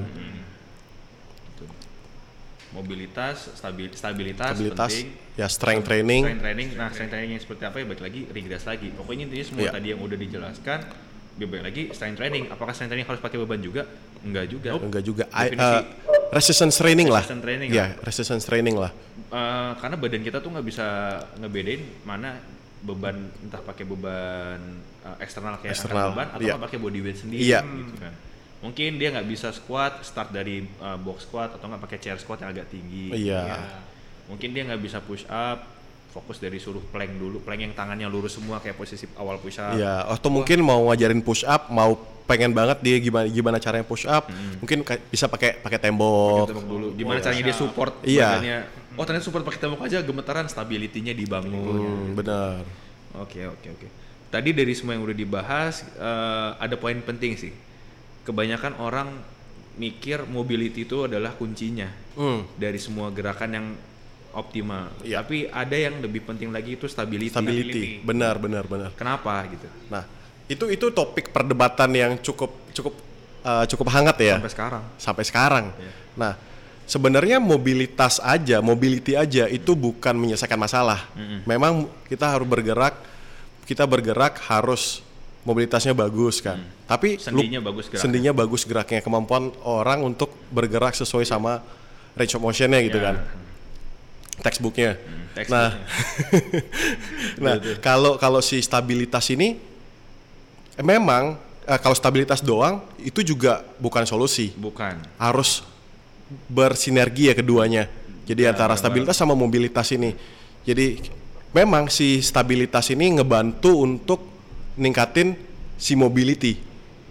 Mobilitas, stabil, stabilitas, Stabilitas, penting. ya strength training. Strength training. Nah, strength training yang seperti apa ya? Balik lagi, regress lagi. Pokoknya intinya semua Iya. tadi yang udah dijelaskan. Balik lagi, strength training. Apakah strength training harus pakai beban juga? Enggak juga. Enggak juga. I- Definisi. eh, resistance training lah. Resistance training Ya, lah. resistance training lah. Eh, karena badan kita tuh nggak bisa ngebedain mana beban, entah pakai beban eh, eksternal kayak angkat Eksternal, beban atau iya. nggak pakai body weight sendiri Iya. gitu kan. Mungkin dia nggak bisa squat, start dari eh, box squat atau nggak pakai chair squat yang agak tinggi. Iya. Ya. Mungkin dia nggak bisa push up, fokus dari suruh plank dulu, plank yang tangannya lurus semua kayak posisi awal push up. Iya, atau mungkin mau ngajarin push up, mau pengen banget dia gimana gimana caranya push up, mungkin ka- bisa pakai pakai tembok. Tembok dulu. Gimana caranya dia support Iya. badannya? Oh ternyata support pakai tembok aja gemetaran, stability-nya dibangun. Hmm, benar. Oke oke oke. Tadi dari semua yang udah dibahas eh, ada poin penting sih. Kebanyakan orang mikir mobility itu adalah kuncinya Hmm, dari semua gerakan yang optimal. Iya. Tapi ada yang lebih penting lagi itu stability. stability. Benar, benar, benar. Kenapa gitu? Nah, itu itu topik perdebatan yang cukup cukup eh, cukup hangat ya Sampai sekarang. sampai sekarang. Iya. Nah, sebenarnya mobilitas aja, mobility aja itu bukan menyelesaikan masalah. Mm-mm. Memang kita harus bergerak, kita bergerak harus mobilitasnya bagus kan. Tapi lu- Sendinya bagus geraknya. sendinya bagus geraknya, kemampuan orang untuk bergerak sesuai sama range of motionnya gitu Ya. kan. Textbooknya. Hmm, Nah, textbooknya. nah kalau kalau si stabilitas ini eh, memang eh, kalau stabilitas doang itu juga bukan solusi. Bukan. Harus bersinergi ya keduanya. Jadi Ya, antara benar. stabilitas sama mobilitas ini. Jadi memang si stabilitas ini ngebantu untuk ningkatin si mobility.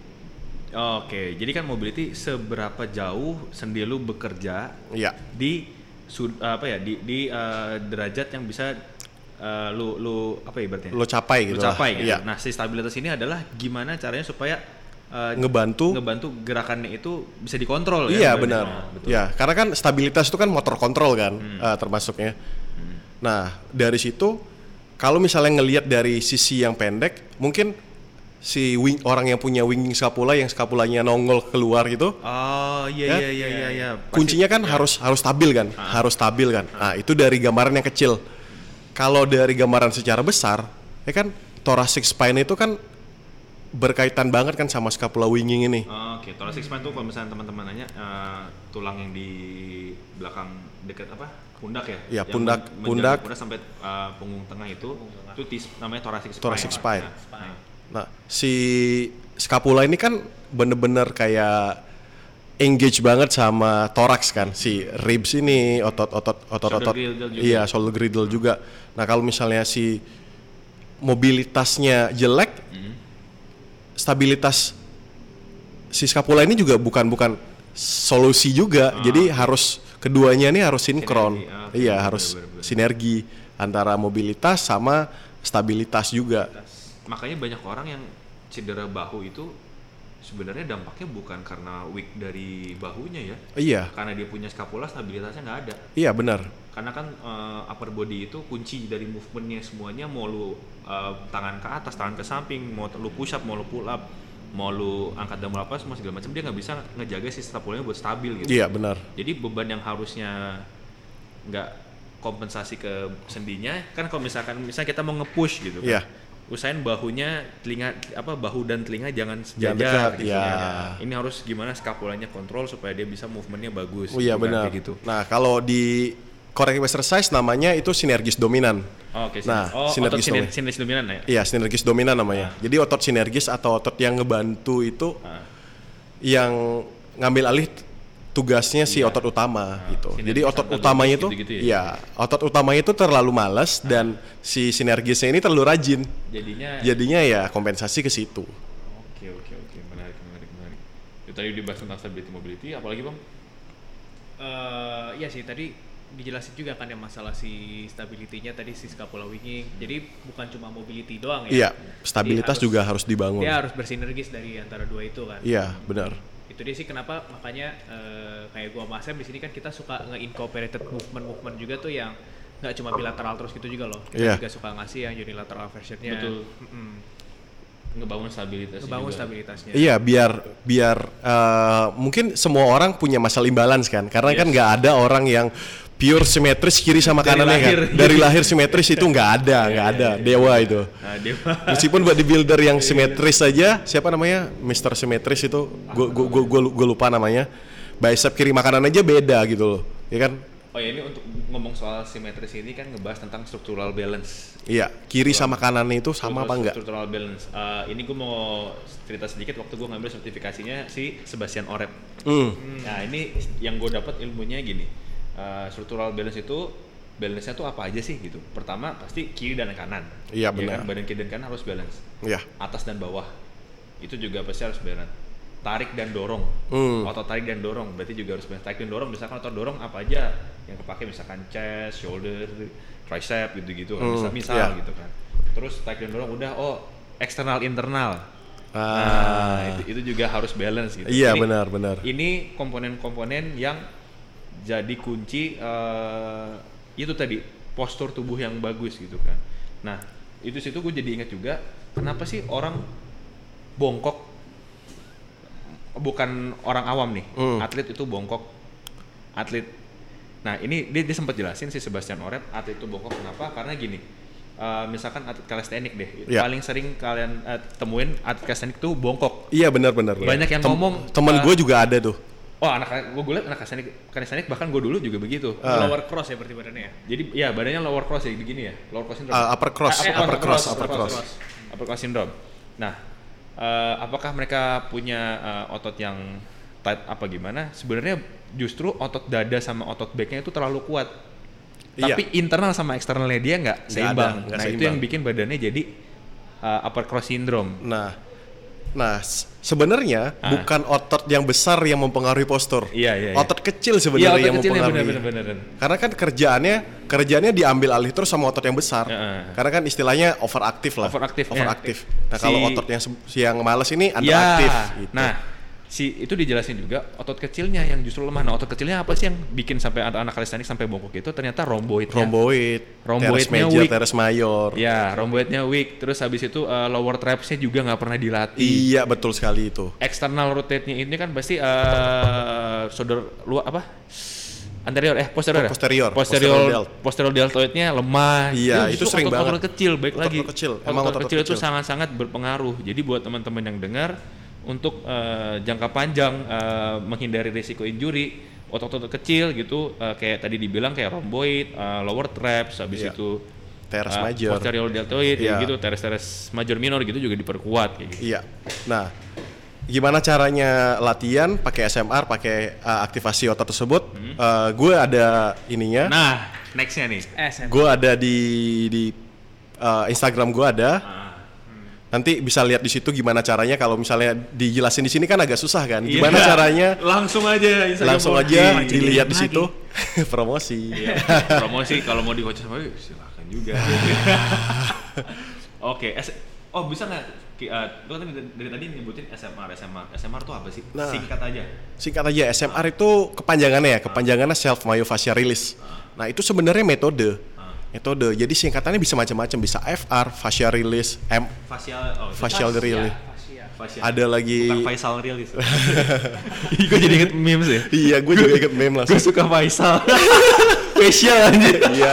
Oke, jadi kan mobility seberapa jauh sendi lu bekerja Iya. di sud- apa ya di di eh, derajat yang bisa eh, lu lu apa ya ibaratnya Lo capai lu gitu lah. capai gitu. Iya. Nah si stabilitas ini adalah gimana caranya supaya eh, Ngebantu. ngebantu gerakannya itu bisa dikontrol Iya ya, benar. Nah, betul. Ya, karena kan stabilitas itu kan motor kontrol kan eh, termasuknya. Nah, dari situ kalau misalnya ngelihat dari sisi yang pendek, mungkin si wing, orang yang punya winging scapula yang scapulanya nongol keluar gitu, Oh iya Ya. iya iya iya iya. Pasti- kuncinya kan ya. harus harus stabil kan, harus stabil kan. Nah, itu dari gambaran yang kecil. Kalau dari gambaran secara besar, ya kan thoracic spine itu kan berkaitan banget kan sama scapula winging ini. Oh, Oke, okay. thoracic spine tuh kalau misalnya teman-teman nanya uh, tulang yang di belakang dekat apa? Pundak ya? Iya, Yang pundak, men- pundak. pundak sampai uh, punggung tengah itu, tengah. itu tis, namanya thoracic spine. Thoracic spine. Nah, Spine. Nah, si scapula ini kan bener-bener kayak engage banget sama thorax kan, si ribs ini, otot-otot otot-otot. Shoulder girdle juga. Iya, shoulder girdle juga. Nah, kalau misalnya si mobilitasnya jelek, Mhm. stabilitas si scapula ini juga bukan bukan solusi juga. Ah, Jadi oke. harus keduanya ini harus sinkron. Sinergi, ah, oke, Iya, bener, harus bener, bener. sinergi antara mobilitas sama stabilitas juga. Makanya banyak orang yang cedera bahu itu sebenarnya dampaknya bukan karena weak dari bahunya ya, Iya, karena dia punya scapula stabilitasnya nggak ada. iya benar. Karena kan uh, upper body itu kunci dari movementnya semuanya, mau lu uh, tangan ke atas, tangan ke samping, mau lu push up, mau lu pull up, mau lu angkat dumbbell apa semua segala macam, dia nggak bisa ngejaga si scapulanya buat stabil gitu. Iya benar. Jadi beban yang harusnya nggak kompensasi ke sendinya kan, kalau misalkan misalnya kita mau nge-push gitu kan, Iya. usahain bahunya, telinga apa bahu dan telinga jangan Jangan sejajar dekat, gitu ya. Ini harus gimana scapulanya kontrol supaya dia bisa movementnya bagus. Oh iya gitu kan, benar. kayak gitu. Nah, kalau di corrective exercise namanya itu sinergis dominan. Oh, Oke, Nah, oh, sinergis otot siner- dominan. sinergis dominan ya. Iya, sinergis dominan namanya. Jadi otot sinergis atau otot yang ngebantu itu Ah. yang ngambil alih tugasnya si Iya. otot utama gitu. sinergis Jadi otot antagonis utamanya itu, gitu-gitu ya? iya, otot utamanya itu terlalu malas dan si sinergisnya ini terlalu rajin. Jadinya Jadinya ya kompensasi ke situ. oke oke oke menarik menarik menarik. Itu tadi dibahas tentang stability mobility, apalagi Bang? Eh, iya sih tadi dijelasin juga kan yang masalah si stability-nya tadi si scapula winging. Jadi bukan cuma mobility doang Iya, ya. stabilitas Jadi juga harus dibangun. Dia harus bersinergis dari antara dua itu kan. Iya, benar. Itu dia sih kenapa makanya eh, kayak gua sama Sam di sini kan kita suka nge-incorporated movement-movement juga tuh yang nggak cuma bilateral terus gitu juga loh. Kita Iya. juga suka ngasih yang unilateral versionnya. Betul. Mm-mm. Ngebangun stabilitas. Ngebangun juga. stabilitasnya. Iya, biar biar eh, mungkin semua orang punya muscle imbalance kan, karena kan Yes. nggak ada orang yang pure simetris kiri sama Dari kanannya lahir. kan. Dari lahir simetris itu nggak ada, nggak Iya, ada. iya, iya. Dewa itu. Nah, dewa. Meskipun bodybuilder yang simetris aja, siapa namanya, mister Simetris itu, gue gue gue gue lupa namanya. Bicep kiri sama kanan aja beda gitu loh, ya kan? Oh ya, ini untuk ngomong soal simetris ini kan ngebahas tentang structural balance. Iya, kiri sama kanannya itu sama apa enggak? Structural balance. Uh, ini gue mau cerita sedikit waktu gue ngambil sertifikasinya si Sebastian Oreb. Hmm. Nah ini yang gue dapat ilmunya gini. Uh, structural balance itu balance-nya tuh apa aja sih gitu. Pertama pasti kiri dan kanan. Iya, Ya benar. kan? Badan kiri dan kanan harus balance. Iya. Atas dan bawah itu juga pasti harus balance. Tarik dan dorong. Hmm. Otot tarik dan dorong berarti juga harus balance. Tarik dan dorong misalkan otot dorong apa aja yang kepake, misalkan chest, shoulder, tricep gitu-gitu kan. Hmm, Misal, misal iya. gitu kan. Terus tarik dan dorong udah, oh eksternal internal. Ah. Nah, itu, itu juga harus balance gitu. Iya, Ini- benar, benar. Ini komponen-komponen yang jadi kunci eh, itu tadi postur tubuh yang bagus gitu kan. Nah, itu situ gue jadi ingat juga kenapa sih orang bongkok, bukan orang awam nih, Hmm. atlet itu bongkok, atlet. Nah, ini dia, dia sempat jelasin si Sebastian Oreb atlet itu bongkok kenapa? Karena gini. eh, misalkan atlet kalistenik deh, Iya. paling sering kalian eh, temuin atlet kalistenik tuh bongkok. Iya, benar benar. benar. Banyak yang Tem- ngomong, Temen uh, gue juga ada tuh. Oh, anak gue gue liat anak kalistenik, kalistenik bahkan gue dulu juga begitu. Ah. Lower cross ya berarti badannya ya. Jadi ya badannya lower cross ya begini ya, lower cross syndrome. Uh, upper cross, Ah, eh, upper cross, upper cross. upper cross syndrome. Nah, eh, apakah mereka punya eh, otot yang tight apa gimana? Sebenarnya justru otot dada sama otot backnya itu terlalu kuat. Iya. Tapi internal sama eksternalnya dia nggak Nggak seimbang. ada, nggak Nah itu seimbang. yang bikin badannya jadi eh, upper cross syndrome. Nah, nah s- sebenarnya Ah. bukan otot yang besar yang mempengaruhi postur. Iya, iya, iya. Otot kecil Iya, sebenarnya otot yang kecil ya, mempengaruhi. benar-benar. Karena kan kerjaannya kerjaannya diambil alih terus sama otot yang besar. Heeh. Karena kan istilahnya overaktif lah. Overaktif, ya. Overaktif. Nah, kalau Si- otot yang se- yang malas ini underaktif Ya, gitu. nah si itu dijelasin juga otot kecilnya yang justru lemah. Nah otot kecilnya apa sih yang bikin sampai anak-anak kalistenik sampai bongkok itu? Ternyata romboidnya. Romboid, teres Romboidnya major, weak. teres mayor. Ya, romboidnya weak. Terus habis itu uh, lower trapsnya juga nggak pernah dilatih. Iya, betul sekali itu. External rotate-nya ini kan pasti uh, shoulder luar apa? anterior eh posterior ya? Posterior. Posterior Posterior delt. posterior deltoidnya lemah. Iya, itu sering otot-otot banget. kecil baik Otot-otot lagi. kecil, emang Otot otot-otot kecil itu kecil. sangat-sangat berpengaruh. Jadi buat teman-teman yang dengar untuk uh, jangka panjang uh, menghindari risiko injury, otot-otot kecil gitu uh, kayak tadi dibilang kayak rhomboid, uh, lower traps, habis Iya. itu Teres uh, major. posterior deltoid Iya. gitu, teres-teres major minor gitu juga diperkuat kayak gitu. Iya. Nah, gimana caranya latihan pakai S M R, pakai uh, aktivasi otot tersebut? Hmm. Uh, gue ada ininya. Nah, nextnya nih. S M. Gue ada di di uh, Instagram gue ada. Ah. Nanti bisa lihat di situ gimana caranya. Kalau misalnya dijelasin di sini kan agak susah kan. Gimana Iya. caranya? Langsung aja Instagram Langsung Body. aja Jadi dilihat di lagi. situ. Promosi. Iya, promosi kalau mau di coach sama yuk, silakan juga. Oke, S- oh bisa nggak? Ki- uh, lu kan dari, dari tadi nyebutin S M R, S M R, S M R tuh apa sih? Nah. Singkat aja. Singkat aja, S M R itu kepanjangannya ya, kepanjangannya self myofascial release. Nah, itu sebenarnya metode. Metode. Jadi singkatannya bisa macam-macam, bisa F R, fascial release, M, Facial, oh, itu fascial Fascia, release. fascia. facial. Ada lagi. Bukan Faisal release. Gue jadi inget memes ya. Iya, gue juga ikut meme Gue langsung. suka Faisal. Facial aja. Iya.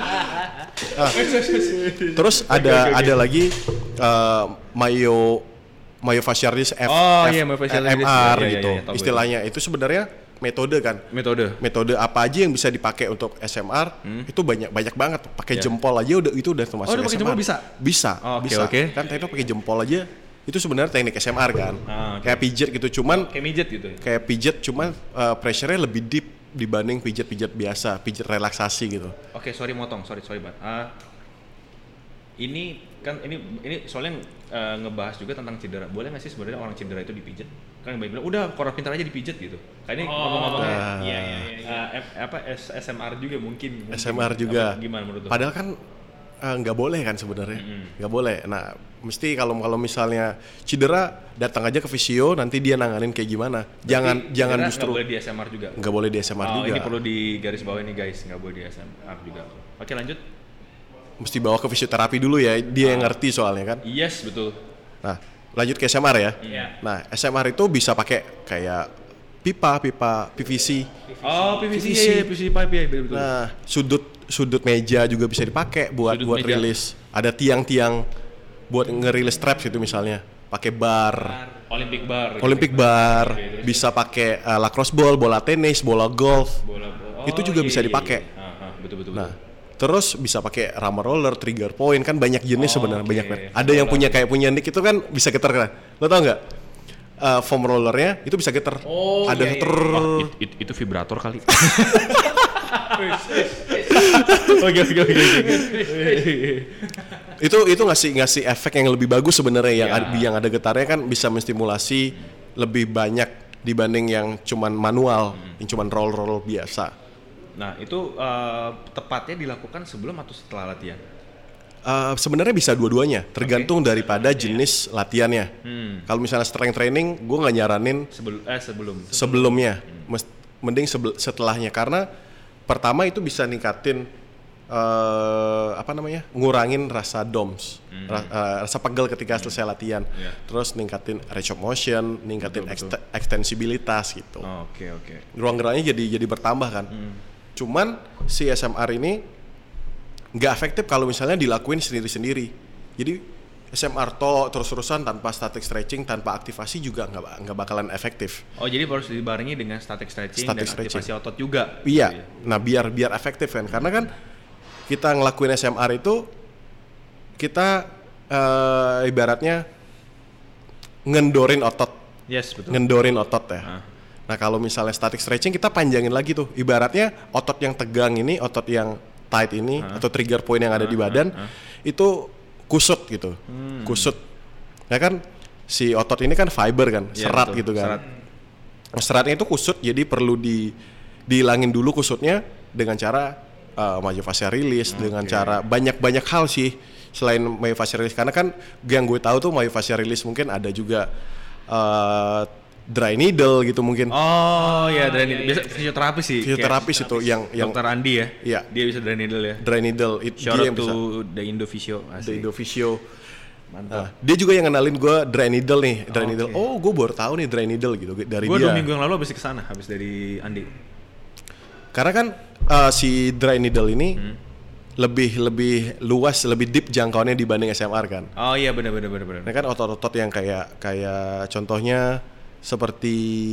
Ah. Terus ada oke, oke. ada lagi uh, myo myofascial release F, Oh, F- iya, myofascial M R release. Iya, iya, gitu. iya, tahu gue. Istilahnya itu sebenarnya metode kan. Metode. Metode apa aja yang bisa dipakai untuk S M R itu banyak banyak banget. Pakai Ya. jempol aja udah itu udah termasuk Oh, udah pakai S M R. jempol bisa? Bisa, Oh, oke, bisa. oke. Kan teknik pakai jempol aja itu sebenarnya teknik S M R kan. Ah, oke. Kayak pijet gitu, cuman Kayak midget gitu ya. kayak pijet cuman uh, pressure-nya lebih deep dibanding pijet-pijet biasa, pijet relaksasi gitu. Oke, sorry motong, sorry sorry banget. Ah, ini kan ini ini soalnya eh, ngebahas juga tentang cedera. Boleh nggak sih sebenarnya orang cedera itu dipijet? Kan yang banyak bilang udah orang pintar aja dipijet gitu. Kayak ini ngomong-ngomongnya Nah. Iya, iya, iya. iya. eh, F- apa S- SMR juga mungkin. mungkin. S M R juga. Apa, gimana menurut lo? Padahal kan eh, nggak boleh kan sebenarnya, nggak boleh. Nah, mesti kalau kalau misalnya cedera datang aja ke fisio, nanti dia nanganin kayak gimana. Jangan Berarti jangan cedera justru nggak boleh di S M R juga. nggak boleh di S M R Oh, juga. ini perlu di garis bawah nih guys, nggak boleh di S M R juga. Oke lanjut. Mesti bawa ke fisioterapi dulu ya, dia yang ngerti soalnya kan. Yes betul. Nah, lanjut ke S M R ya. Iya. Nah, S M R itu bisa pakai kayak pipa, pipa P V C. Oh P V C, P V C. iya, iya, P V C pipe ya betul. Nah, sudut sudut meja juga bisa dipakai buat Sudut buat meja. rilis. Ada tiang-tiang buat ngerilis straps itu misalnya. Pakai bar, Olympic bar. Olympic bar, bisa pakai uh, lacrosse ball, bola tenis, bola golf. Bola, bola. Itu juga bisa dipakai. Ah, ah, betul betul. Nah, terus bisa pakai rubber roller, trigger point, kan banyak jenis Oh, sebenarnya, oke. banyak banget. Ada yang punya kayak punya Nick itu kan bisa getar kan. Lo tau nggak? Uh, foam rollernya itu bisa getar. Oh, ada iya, iya. ter Oh, it- it- itu vibrator kali. Oke oke oke. itu itu ngasih ngasih efek yang lebih bagus sebenarnya yang Ya. ada, yang ada getarnya kan bisa menstimulasi lebih banyak dibanding yang cuman manual, yang cuman roll roll biasa. Nah itu eh, tepatnya dilakukan sebelum atau setelah latihan? Uh, sebenarnya bisa dua-duanya, tergantung daripada jenis latihannya. Hmm. Kalau misalnya strength training, gue nggak nyaranin Sebelum eh sebelum. sebelumnya, Mes- mending sebel- setelahnya karena pertama itu bisa ningkatin eh, apa namanya, ngurangin rasa DOMS, ra- eh, rasa pegel ketika selesai latihan, Iya. terus ningkatin range of motion, ningkatin Betul, ekste- ekstensibilitas gitu, Oh, Oke oke. ruang geraknya jadi jadi bertambah kan. Hmm. Cuman si S M R ini nggak efektif kalau misalnya dilakuin sendiri-sendiri. Jadi S M R to terus-terusan tanpa static stretching, tanpa aktivasi juga nggak nggak bakalan efektif. Oh jadi harus dibarengi dengan static stretching Static dan stretching. aktivasi otot juga. Iya. Nah, biar biar efektif kan. Karena kan kita ngelakuin S M R itu kita eh, ibaratnya ngendorin otot, Yes betul. ngendorin otot ya. Ah. Nah, kalau misalnya static stretching kita panjangin lagi tuh. Ibaratnya otot yang tegang ini, otot yang tight ini atau trigger point yang ada di badan itu kusut gitu. Hmm. Kusut. Ya kan si otot ini kan fiber kan, Iya, serat betul. gitu kan. Serat. Seratnya itu kusut, jadi perlu di dihilangin dulu kusutnya dengan cara uh, myofascial release, dengan cara banyak-banyak hal sih selain myofascial release. Karena kan yang gue tahu tuh myofascial release mungkin ada juga uh, dry needle gitu mungkin. Oh ya dry needle. Biasa fisioterapis sih. Fisioterapis Kayak itu yang yang Dokter Andi ya. Iya. Dia bisa dry needle ya. dry needle itu Shout dia out yang bisa. to the Indofisio. The Asli. Indofisio. Mantap. Nah, dia juga yang kenalin gue dry needle nih, dry Oh, needle. oke. Oh, gue baru tahu nih dry needle gitu dari Gue dia. dua minggu yang lalu habis kesana, habis dari Andi. Karena kan uh, si dry needle ini Hmm. lebih lebih luas, lebih deep jangkauannya dibanding S M R kan. Oh iya benar benar benar benar. Nah kan otot-otot yang kayak kayak contohnya seperti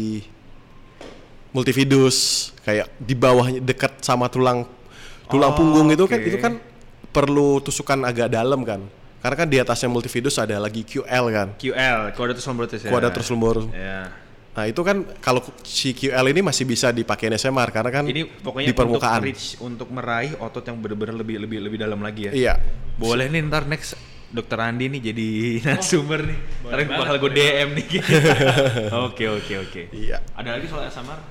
multifidus, kayak di bawahnya dekat sama tulang tulang Oh, punggung itu kan oke. itu kan perlu tusukan agak dalam kan. Karena kan di atasnya multifidus ada lagi Q L kan. Q L, quadratus lumborum ya. Quadratus lumborum. Ya. Nah itu kan kalau si Q L ini masih bisa dipakai S M R karena kan Ini pokoknya di permukaan. untuk reach, untuk meraih otot yang benar-benar lebih lebih lebih dalam lagi ya. Iya. Boleh nih ntar next Dokter Andi nih jadi narasumber nih. Ntar banget, bakal gue boleh D M nih. Oke oke oke. Iya. Ada lagi soal S M R?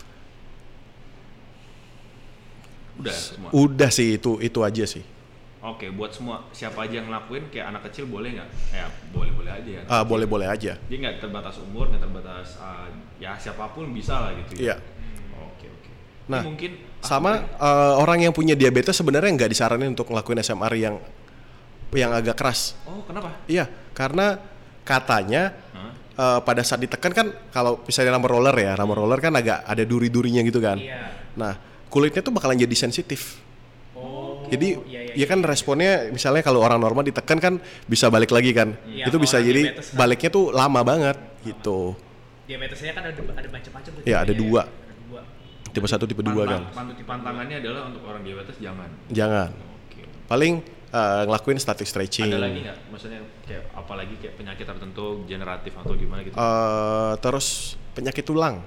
Udah semua. Udah sih itu itu aja sih. Oke, buat semua siapa aja yang ngelakuin kayak anak kecil boleh nggak? Ya boleh-boleh aja ya. Ah, boleh-boleh aja. Dia nggak terbatas umur, nggak terbatas uh, ya siapapun bisa lah gitu Iya. ya. Oke oke. Ini Nah, mungkin sama eh, orang yang punya diabetes sebenarnya nggak disaranin untuk ngelakuin S M R yang yang agak keras. Oh kenapa? Iya, karena katanya Hah? eh, pada saat ditekan kan kalau misalnya rubber roller ya, rubber roller kan agak ada duri-durinya gitu kan. Iya. Nah, kulitnya tuh bakalan jadi sensitif. Oh. Jadi iya, iya, ya kan responnya misalnya kalau orang normal ditekan kan bisa balik lagi kan. Iya, Itu bisa kalau jadi diabetes kan. baliknya tuh lama banget gitu. Diabetesnya kan ada ada macam-macam tuh. Iya, ada tipenya dua. ya. Ada dua. Tipe satu, tipe dua kan. Pantang- Pantangannya adalah untuk orang diabetes jangan. Jangan. Oke. Paling eh, ngelakuin static stretching. Ada lagi nggak? Maksudnya kayak apalagi kayak penyakit tertentu generatif atau gimana gitu? Eh, terus penyakit tulang.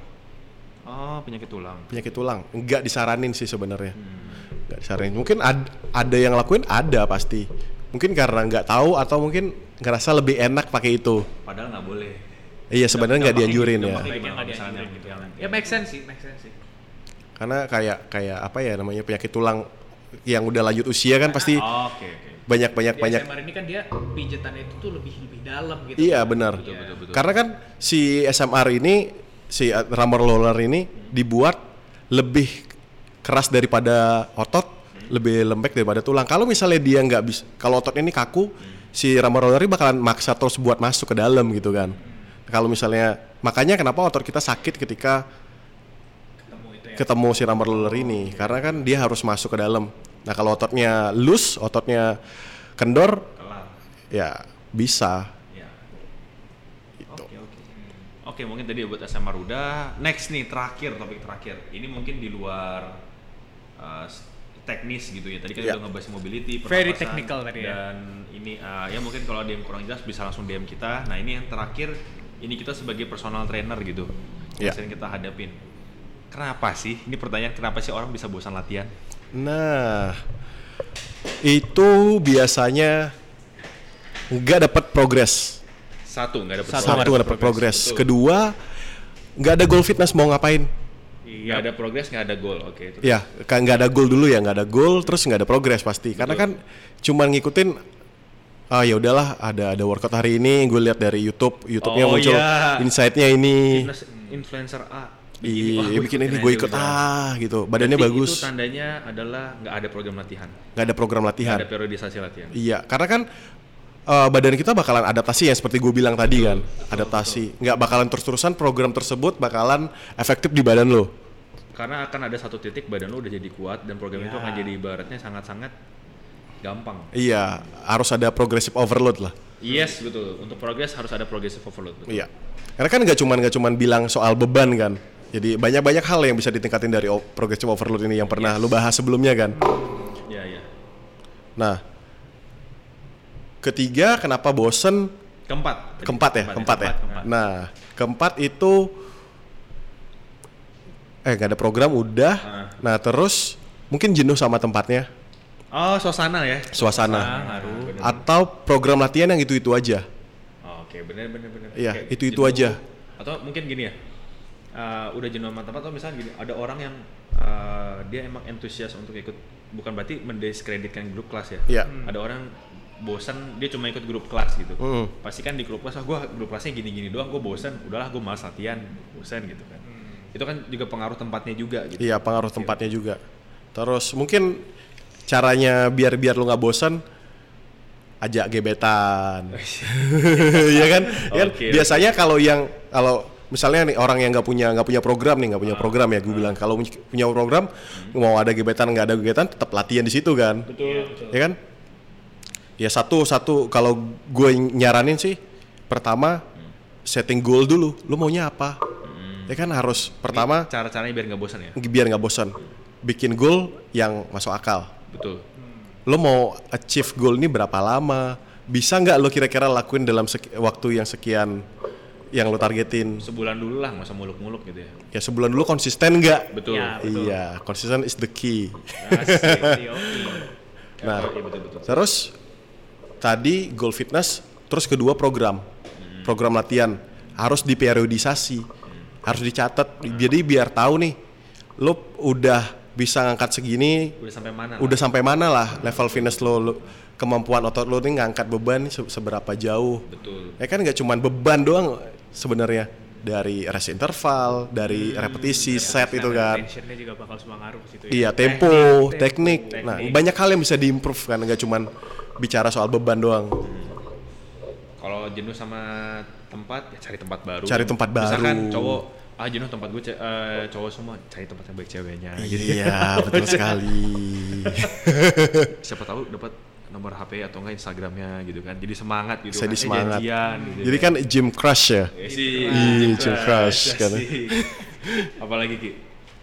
Oh penyakit tulang. Penyakit tulang nggak disaranin sih sebenarnya. Hmm. Nggak disaranin. Mungkin ad- ada yang lakuin, ada pasti. Mungkin karena nggak tahu atau mungkin ngerasa lebih enak pakai itu. Padahal nggak boleh. Iya sebenarnya nggak dianjurin ya. Dampaknya Baiknya gimana nggak misalnya dianjurin gitu yang Ya make sense sih, make sense sih. Karena kayak kayak apa ya namanya penyakit tulang yang udah lanjut usia kan pasti Oh, oke oke. banyak banyak Di banyak. S M R ini kan dia pijetannya itu tuh lebih lebih dalam gitu. Iya benar. Betul, betul, betul. Karena kan si S M R ini si rubber roller ini dibuat lebih keras daripada otot, lebih lembek daripada tulang. Kalau misalnya dia nggak bisa, kalau otot ini kaku, si rubber roller ini bakalan maksa terus buat masuk ke dalam gitu kan. Kalau misalnya makanya kenapa otot kita sakit ketika Ketemu itu ya. ketemu si rubber roller ini, karena kan dia harus masuk ke dalam. Nah kalau ototnya loose, ototnya kendor, Kelar. ya bisa. Ya. Gitu. Oke oke. Oke mungkin tadi buat S M R udah. Next nih terakhir topik terakhir. Ini mungkin di luar uh, s- teknis gitu ya. Tadi kita Ya. udah ngebahas mobility, Very pernapasan, technical tadi ya. Dan ini uh, ya mungkin kalau ada yang kurang jelas bisa langsung D M kita. Nah ini yang terakhir. Ini kita sebagai personal trainer gitu. Ya. Yang sering kita hadapin. Kenapa sih? Ini pertanyaan kenapa sih orang bisa bosan latihan? Nah, itu biasanya nggak dapat progres. Satu nggak dapat Satu nggak dapat progres. Betul. Kedua, nggak ada goal fitness mau ngapain? Nggak ada progres, nggak ada goal. Oke itu. Ya, kan nggak ada goal dulu ya, nggak ada goal, terus nggak ada progres pasti. Karena kan cuman ngikutin, ah ya udahlah, ada ada workout hari ini, gue lihat dari YouTube, YouTube-nya Oh, muncul iya. insight-nya ini. Fitness influencer A. Iya, wah, bikin ini ikutin gue aja ikut udah. ah gitu, badannya Berarti bagus, Itu tandanya adalah nggak ada program latihan, nggak ada program nggak latihan. ada periodisasi latihan. Iya, karena kan uh, badan kita bakalan adaptasi ya seperti gue bilang tadi kan, adaptasi, nggak bakalan terus-terusan program tersebut bakalan efektif di badan lo. Karena akan ada satu titik badan lo udah jadi kuat dan program itu Ya. akan jadi ibaratnya sangat-sangat gampang. Iya, harus ada progressive overload lah. Yes betul. Untuk progress harus ada progressive overload. Betul. Iya, karena kan nggak cuman nggak cuman bilang soal beban kan. Jadi banyak-banyak hal yang bisa ditingkatin dari o- progressive overload ini yang pernah lu bahas sebelumnya kan. Iya iya. Nah, ketiga kenapa bosen? Keempat. tadi. Keempat ya, keempat ya. keempat. Nah, keempat itu eh nggak ada program udah. Ah. Nah terus mungkin jenuh sama tempatnya, Oh suasana ya. suasana, ngaruh. bener. atau program latihan yang itu-itu aja. Oh, Oke benar benar benar. Iya, Kayak itu-itu jenuh. aja. Atau mungkin gini ya. uh, udah jenuh sama tempat atau misalnya gini, ada orang yang uh, dia emang antusias untuk ikut, bukan berarti mendiskreditkan grup kelas ya. Iya. Ada orang bosan dia cuma ikut grup kelas gitu. Mm. Pasti kan di grup kelas, ah gue grup kelasnya gini-gini doang, gue bosan, udahlah gue malas latihan, bosan gitu kan. Itu kan juga pengaruh tempatnya juga gitu. Iya, pengaruh tempatnya juga. Terus mungkin caranya biar biar lu nggak bosan, ajak gebetan. Iya kan? Kan Oke, biasanya kalau yang kalau misalnya nih orang yang nggak punya nggak punya program nih nggak punya program ya gue bilang kalau punya program mau ada gebetan nggak ada kegiatan tetap latihan di situ kan. Betul, betul. Ya kan? Ya satu satu kalau gue nyaranin sih pertama setting goal dulu. Lu maunya apa? Hmm. Ya kan harus pertama cara-caranya biar nggak bosan ya. Biar nggak bosan. Bikin goal yang masuk akal. Betul. Lu mau achieve goal ini berapa lama? Bisa nggak lo kira-kira lakuin dalam seki- waktu yang sekian yang lo targetin? Sebulan dulu lah, nggak usah muluk-muluk gitu ya. Ya sebulan dulu konsisten nggak? Betul. Ya, betul. Iya, konsisten is the key. Asik, oke. Nah, Iya, betul, betul. terus tadi goal fitness, terus kedua program, hmm. program latihan harus diperiodisasi, hmm. harus dicatat. Hmm. Jadi biar tahu nih, lo udah bisa ngangkat segini, Udah sampai mana? udah lah? sampai mana lah level fitness lo, lo kemampuan otot lo nih ngangkat beban nih se- seberapa jauh. Betul. Ya kan nggak cuman beban doang sebenarnya, dari rest interval, dari repetisi, set itu kan. Tensionnya juga bakal semua ngaruh ke situ ya. Iya, tempo, teknik. teknik. Nah, banyak hal yang bisa diimprove kan, nggak cuman bicara soal beban doang. Kalau jenuh sama tempat, ya cari tempat baru. Cari tempat baru. Misalkan cowok, ah jenuh tempat gue, ce- eh, cowok semua cari tempat yang baik ceweknya. gitu. Iya, betul sekali. Siapa tahu dapat nomor H P atau enggak Instagramnya gitu kan. Jadi semangat gitu. Jadi kan. Eh, semangat. janjian, gitu Jadi kan gym crush ya. Ya sih. Iya, gym crush kan. Apalagi Ki?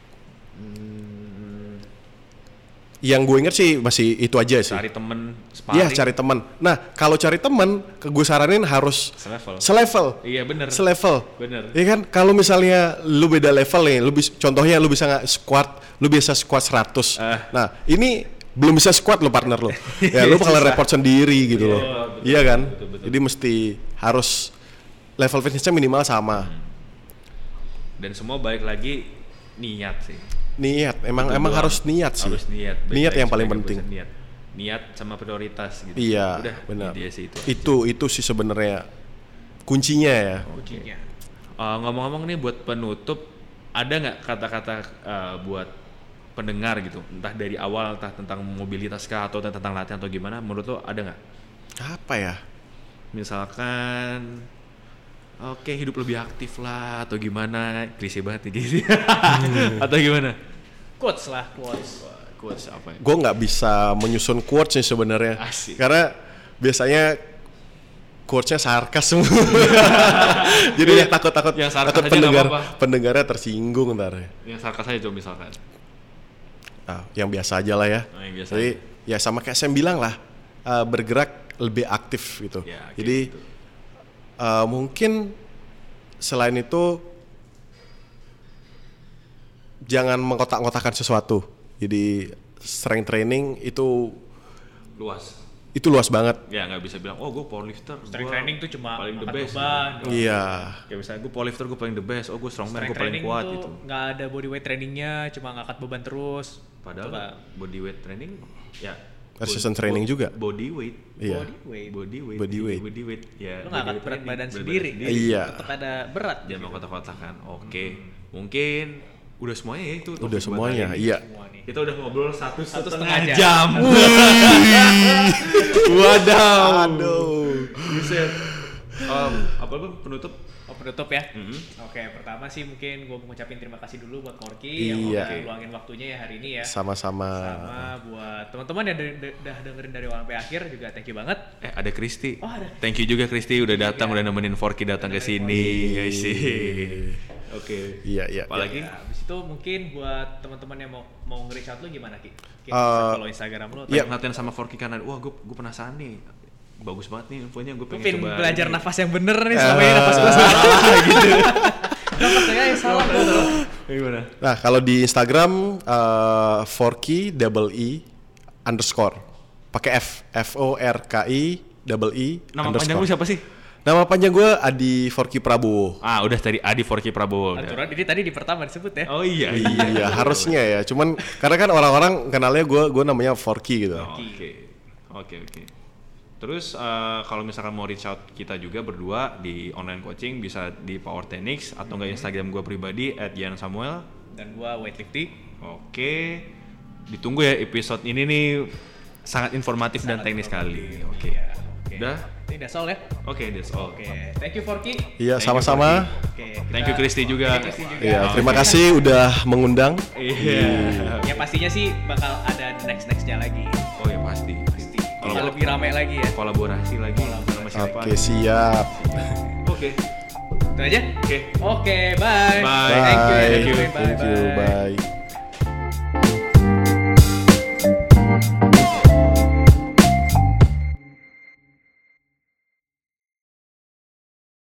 Yang gue inget sih masih itu aja sih. Cari temen Iya, sparring. cari teman. Nah, kalau cari teman, ke gue saranin harus Selevel. selevel. Iya bener. Selevel. Bener. Iya kan, kalau misalnya lu beda level nih, lu bis, contohnya lu bisa nggak squat, lu bisa squat seratus. Ah. Nah, ini belum bisa squat lo partner lo. Ya lu bakal report sendiri gitu loh. betul, Iya kan? betul, betul. Jadi mesti harus level fitnessnya minimal sama. Dan semua balik lagi niat sih. Niat, emang Itu emang doang. harus niat sih. Harus niat. Baik Niat lagi yang paling sebagai penting. keputusan Niat. Niat sama prioritas gitu. Iya, Udah, benar. Dia sih itu. Itu itu sih sebenarnya kuncinya ya. Kuncinya. Uh, ngomong-ngomong nih buat penutup, ada nggak kata-kata uh, buat pendengar gitu, entah dari awal, entah tentang mobilitas kah atau tentang latihan atau gimana, menurut lo ada nggak? Apa ya? Misalkan, oke hidup lebih aktif lah atau gimana, klise banget nih gitu. Atau gimana? Quotes lah, quotes. Quotes apa ya? Gue nggak bisa menyusun quotes sih sebenarnya. Asik. Karena biasanya quotes-nya sarkas semua. Jadi Iya, yang takut-takut yang sarkas takut aja nggak pendengar apa-apa. pendengarnya tersinggung ntar. Yang sarkas aja coba misalkan. Nah, yang biasa aja lah ya. Oh, yang biasa Jadi ya sama kayak saya bilang lah, uh, bergerak lebih aktif gitu. Ya, kayak Jadi gitu. uh, mungkin selain itu jangan mengkotak-kotakan sesuatu. Jadi strength training itu Luas. itu luas banget. Ya nggak bisa bilang, oh gue powerlifter. Strength gua training tuh cuma paling the angkat best. beban. gitu. Iya. Kayak misalnya gue powerlifter gue paling the best, oh gue strongman Strength gue paling training kuat tuh gitu. nggak ada bodyweight trainingnya, cuma ngangkat beban terus. Padahal Itu nggak- body weight training ya Resistance bod- training bod- juga. Body weight. Iya. body weight. Body weight. Body weight. Body weight. Ya. Lu body ngangkat weight berat training, badan berat sendiri. Iya. Tetap ada berat. Jangan mau kotak-kotakan. Oke. Mungkin udah semuanya ya itu. Udah topik buat semuanya, hari ini. iya. Semua nih. Kita udah ngobrol satu, Satu setengah setengah jam. Wadaw. Aduh. Buset. Um, apa apa penutup? Oh, penutup ya. Mhm. Oke, pertama sih mungkin gue mengucapin terima kasih dulu buat Korki yang Iya. udah luangin waktunya ya hari ini ya. Sama-sama. Sama buat teman-teman yang dari- dari- udah dengerin dari awal sampai akhir juga thank you banget. Eh ada Kristi. Oh, ada. Thank you juga Kristi udah datang, juga. udah nemenin Forky datang ke sini. Guys sih. Oke. Iya, iya. Apalagi? Ya, habis itu mungkin buat teman-teman yang mau mau nge-reach out lu gimana Ki? Ki Uh, bisa follow Instagram lu. iya. Pengen latihan sama Forky karena wah gue gue penasaran nih. Bagus banget nih infonya, gue Gue pengen pengen coba belajar ini. nafas yang bener nih, selama ini nafas gue salah gitu. Nafas saya yang salah tuh. Gimana? Nah, kalau di Instagram uh, Forky double E underscore. Pakai F, F O R K I double E Nama underscore. panjang lu siapa sih? Nama panjang gue Adi Forky Prabowo. Ah, udah tadi Adi Forky Prabowo. udah. Aturan ini tadi di pertama disebut ya. Oh iya. Iya, harusnya ya. Cuman karena kan orang-orang kenalnya gue gue namanya Forky gitu. Oke. Oke, oke. Terus eh, kalau misalkan mau reach out kita juga berdua di online coaching bisa di Power Techniques atau enggak Instagram gue pribadi at Jan Samuel. Dan gua weightlifting. Oke. Ditunggu ya episode ini nih sangat informatif dan teknis sekali. Oke. Iya, oke. Udah, think that's all ya. Oke, okay, that's all. Oke, okay. Thank you Forky. Iya, sama-sama. Oke, thank you Kristi juga. Iya, terima kasih udah mengundang. Iya. Ya pastinya sih bakal ada next-nextnya lagi. Oh ya pasti. Pasti. Kalau lebih ramai lagi ya. Kolaborasi lagi sama siapa? Oke, siap. Oke. Itu aja. Oke. Oke, bye. Bye. Thank you. Bye. Thank you. Thank you. Bye.